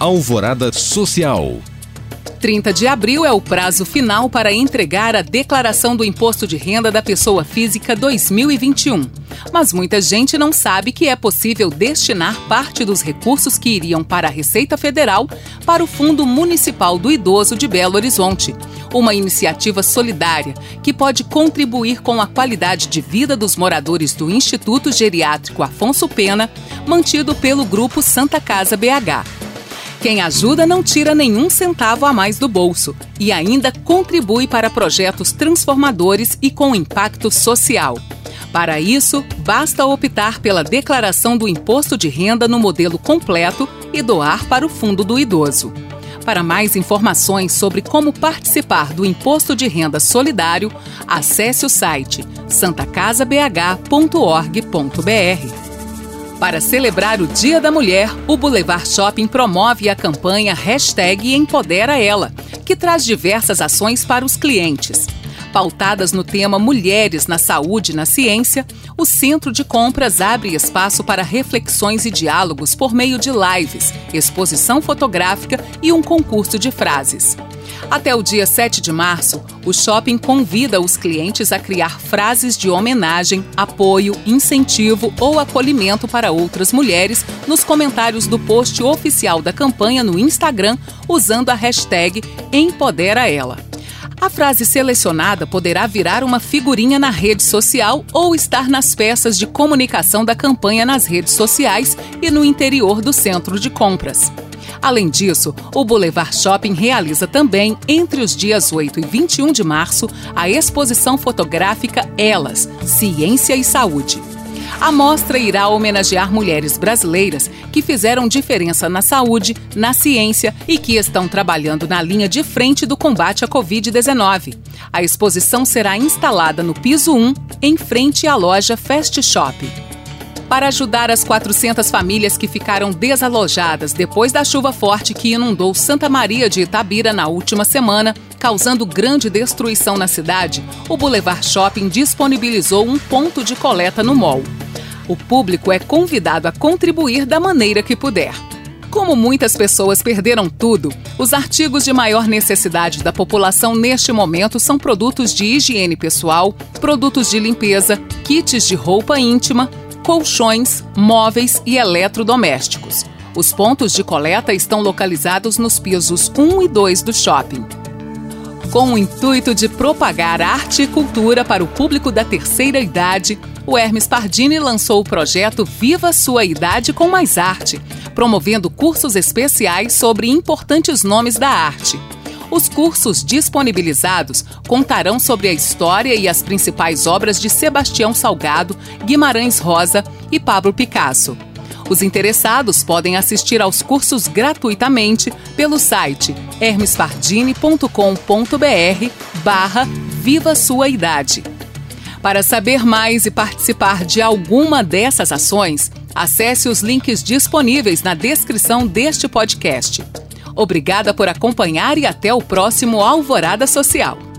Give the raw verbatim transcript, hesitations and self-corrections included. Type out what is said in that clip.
Alvorada Social. trinta de abril é o prazo final para entregar a declaração do Imposto de Renda da Pessoa Física dois mil e vinte e um. Mas muita gente não sabe que é possível destinar parte dos recursos que iriam para a Receita Federal para o Fundo Municipal do Idoso de Belo Horizonte, uma iniciativa solidária que pode contribuir com a qualidade de vida dos moradores do Instituto Geriátrico Afonso Pena, mantido pelo Grupo Santa Casa B H. Quem ajuda não tira nenhum centavo a mais do bolso e ainda contribui para projetos transformadores e com impacto social. Para isso, basta optar pela declaração do imposto de renda no modelo completo e doar para o Fundo do Idoso. Para mais informações sobre como participar do Imposto de Renda Solidário, acesse o site santa casa b h ponto org ponto b r. Para celebrar o Dia da Mulher, o Boulevard Shopping promove a campanha Hashtag Empodera Ela, que traz diversas ações para os clientes. Pautadas no tema Mulheres na Saúde e na Ciência, o Centro de Compras abre espaço para reflexões e diálogos por meio de lives, exposição fotográfica e um concurso de frases. Até o dia sete de março, o shopping convida os clientes a criar frases de homenagem, apoio, incentivo ou acolhimento para outras mulheres nos comentários do post oficial da campanha no Instagram, usando a hashtag Empodera Ela. A frase selecionada poderá virar uma figurinha na rede social ou estar nas peças de comunicação da campanha nas redes sociais e no interior do centro de compras. Além disso, o Boulevard Shopping realiza também, entre os dias oito e vinte e um de março, a exposição fotográfica Elas, Ciência e Saúde. A mostra irá homenagear mulheres brasileiras que fizeram diferença na saúde, na ciência e que estão trabalhando na linha de frente do combate à covid dezenove. A exposição será instalada no piso um, em frente à loja Fast Shop. Para ajudar as quatrocentas famílias que ficaram desalojadas depois da chuva forte que inundou Santa Maria de Itabira na última semana, causando grande destruição na cidade, o Boulevard Shopping disponibilizou um ponto de coleta no mall. O público é convidado a contribuir da maneira que puder. Como muitas pessoas perderam tudo, os artigos de maior necessidade da população neste momento são produtos de higiene pessoal, produtos de limpeza, kits de roupa íntima, colchões, móveis e eletrodomésticos. Os pontos de coleta estão localizados nos pisos um e dois do shopping. Com o intuito de propagar arte e cultura para o público da terceira idade, o Hermes Pardini lançou o projeto Viva Sua Idade com Mais Arte, promovendo cursos especiais sobre importantes nomes da arte. Os cursos disponibilizados contarão sobre a história e as principais obras de Sebastião Salgado, Guimarães Rosa e Pablo Picasso. Os interessados podem assistir aos cursos gratuitamente pelo site hermespardini ponto com ponto b r barra Viva Sua Idade. Para saber mais e participar de alguma dessas ações, acesse os links disponíveis na descrição deste podcast. Obrigada por acompanhar e até o próximo Alvorada Social.